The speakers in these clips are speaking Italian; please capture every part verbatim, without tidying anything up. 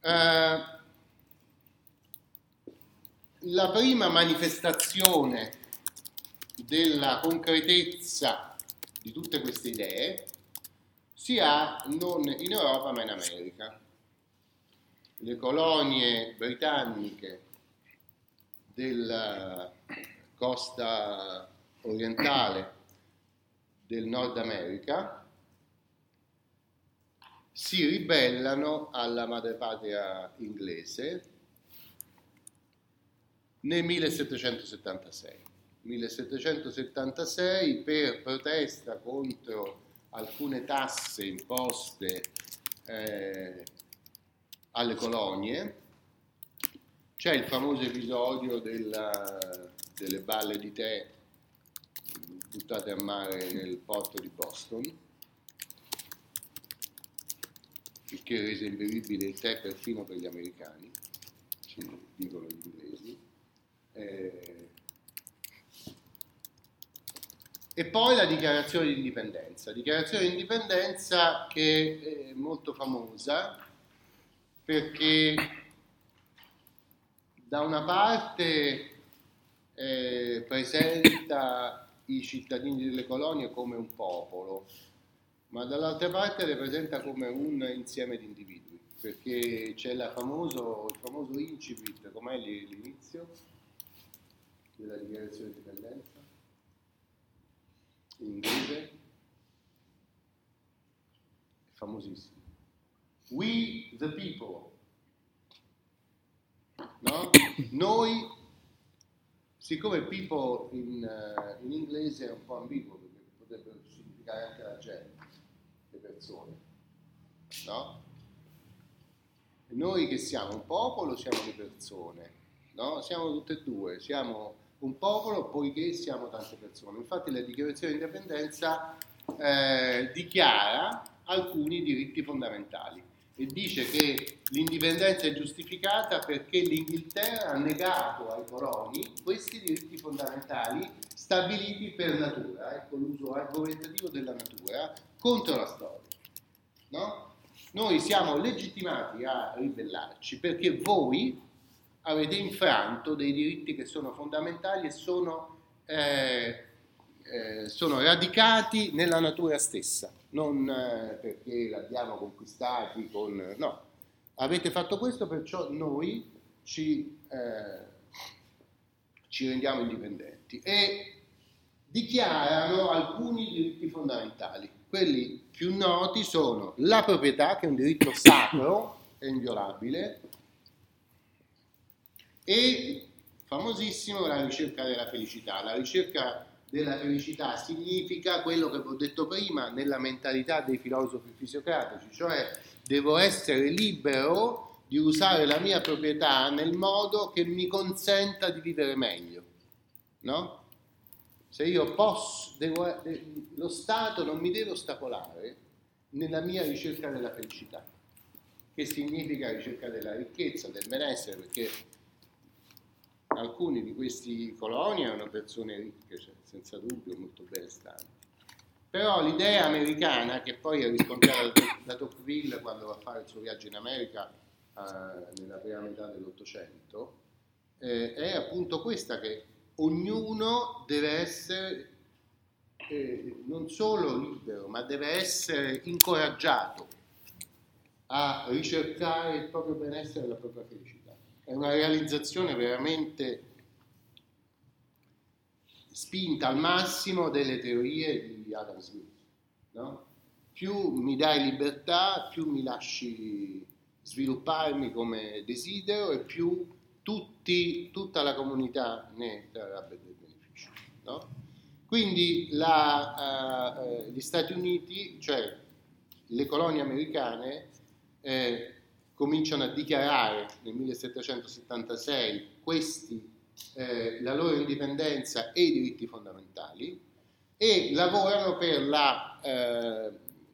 Eh, la prima manifestazione della concretezza di tutte queste idee si ha non in Europa ma in America. Le colonie britanniche della costa orientale del Nord America si ribellano alla madrepatria inglese nel millesettecentosettantasei. millesettecentosettantasei per protesta contro alcune tasse imposte eh, alle colonie. C'è il famoso episodio della, delle balle di tè buttate a mare nel porto di Boston, il che rese invivibile il tè perfino per gli americani, ci dicono gli inglesi. Eh, e poi la dichiarazione di indipendenza, dichiarazione di indipendenza che è molto famosa perché da una parte eh, presenta i cittadini delle colonie come un popolo, ma dall'altra parte le presenta come un insieme di individui, perché c'è la famoso, il famoso incipit, com'è l'inizio della dichiarazione di indipendenza? In inglese? È famosissimo. We the people. No? Noi, siccome people in, uh, in inglese è un po' ambiguo, perché potrebbe significare anche la gente, le persone, no? Noi che siamo un popolo, siamo le persone, no? Siamo tutte e due, siamo un popolo poiché siamo tante persone. Infatti la dichiarazione di indipendenza eh, dichiara alcuni diritti fondamentali e dice che l'indipendenza è giustificata perché l'Inghilterra ha negato ai coloni questi diritti fondamentali stabiliti per natura, ecco l'uso argomentativo della natura, contro la storia. No? Noi siamo legittimati a ribellarci perché voi avete infranto dei diritti che sono fondamentali e sono, eh, eh, sono radicati nella natura stessa, non eh, perché l'abbiamo conquistati con... no, avete fatto questo, perciò noi ci, eh, ci rendiamo indipendenti e dichiarano alcuni diritti fondamentali. Quelli più noti sono la proprietà, che è un diritto sacro e inviolabile, e famosissimo la ricerca della felicità. La ricerca della felicità significa quello che vi ho detto prima nella mentalità dei filosofi fisiocratici, cioè devo essere libero di usare la mia proprietà nel modo che mi consenta di vivere meglio, no? Se io posso, devo, lo Stato non mi deve ostacolare nella mia ricerca della felicità, che significa ricerca della ricchezza, del benessere, perché alcuni di questi coloni erano persone ricche, cioè, senza dubbio molto benestanti. Però l'idea americana, che poi è riscontrata da Tocqueville quando va a fare il suo viaggio in America eh, nella prima metà dell'Ottocento, eh, è appunto questa, che ognuno deve essere eh, non solo libero, ma deve essere incoraggiato a ricercare il proprio benessere e la propria felicità. È una realizzazione veramente spinta al massimo delle teorie di Adam Smith, no? Più mi dai libertà, più mi lasci svilupparmi come desidero e più tutti, tutta la comunità ne trarrebbe del beneficio, no? Quindi la, uh, gli Stati Uniti, cioè le colonie americane, eh, cominciano a dichiarare nel millesettecentosettantasei questi, eh, la loro indipendenza e i diritti fondamentali e lavorano per la, eh,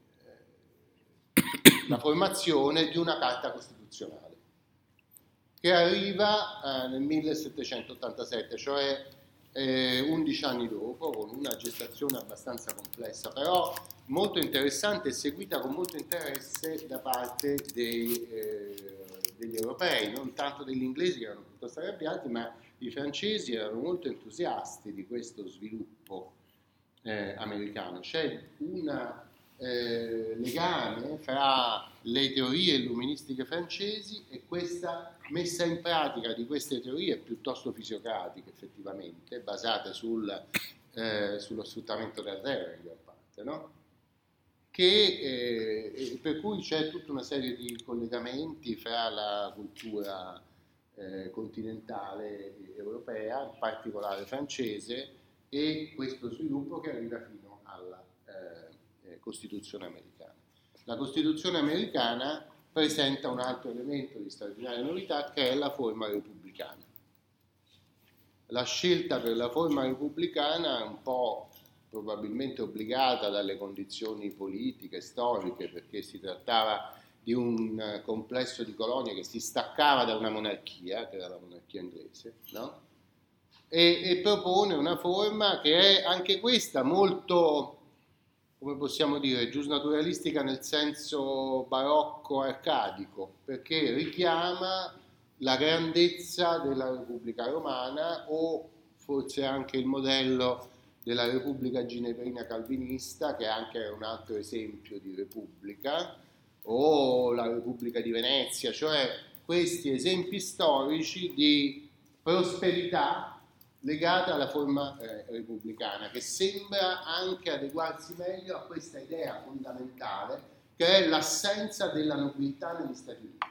la formazione di una carta costituzionale che arriva eh, nel millesettecentottantasette, cioè eh, undici anni dopo, con una gestazione abbastanza complessa, però molto interessante e seguita con molto interesse da parte dei, eh, degli europei, non tanto degli inglesi che erano piuttosto arrabbiati, ma i francesi erano molto entusiasti di questo sviluppo eh, americano. C'è un eh, legame fra le teorie illuministiche francesi e questa messa in pratica di queste teorie piuttosto fisiocratiche, effettivamente, basate sul, eh, sullo sfruttamento del re in gran parte, no? Che, eh, per cui c'è tutta una serie di collegamenti fra la cultura eh, continentale europea, in particolare francese, e questo sviluppo che arriva fino alla eh, Costituzione americana. La Costituzione americana presenta un altro elemento di straordinaria novità, che è la forma repubblicana. La scelta per la forma repubblicana è un po' probabilmente obbligata dalle condizioni politiche, storiche, perché si trattava di un complesso di colonie che si staccava da una monarchia, che era la monarchia inglese, no? e, e propone una forma che è anche questa molto, come possiamo dire, giusnaturalistica nel senso barocco arcadico, perché richiama la grandezza della Repubblica Romana, o forse anche il modello della Repubblica Ginevrina Calvinista, che anche era un altro esempio di repubblica, o la Repubblica di Venezia, cioè questi esempi storici di prosperità legata alla forma eh, repubblicana, che sembra anche adeguarsi meglio a questa idea fondamentale che è l'assenza della nobiltà negli Stati Uniti.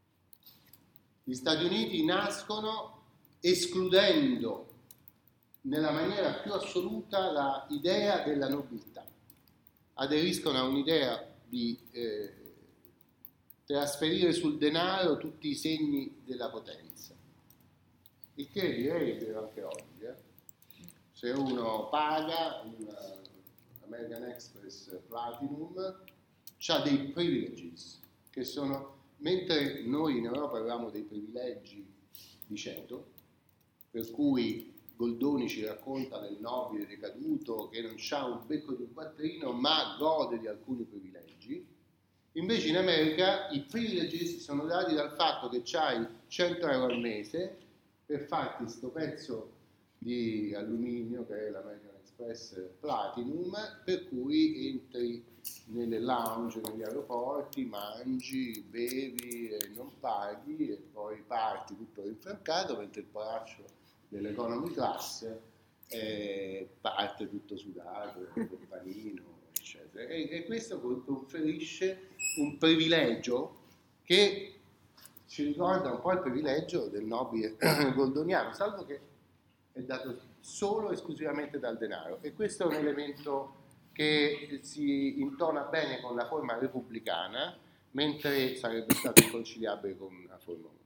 Gli Stati Uniti nascono escludendo nella maniera più assoluta l'idea della nobiltà, aderiscono a un'idea di eh, trasferire sul denaro tutti i segni della potenza, il che direi è vero anche oggi. Eh? Se uno paga un American Express Platinum, c'ha dei privileges, che sono, mentre noi in Europa avevamo dei privilegi di ceto, per cui Goldoni ci racconta del nobile decaduto che non ha un becco di un quattrino ma gode di alcuni privilegi. Invece in America i privilegi sono dati dal fatto che c'hai cento euro al mese per farti questo pezzo di alluminio che è l'American Express Platinum, per cui entri nelle lounge, negli aeroporti, mangi, bevi e non paghi, e poi parti tutto rinfrancato, mentre il poraccio dell'economy class eh, parte tutto sudato, col panino, eccetera. E, e questo conferisce un privilegio che ci ricorda un po' il privilegio del nobile goldoniano, salvo che è dato solo e esclusivamente dal denaro. E questo è un elemento che si intona bene con la forma repubblicana, mentre sarebbe stato inconciliabile con una forma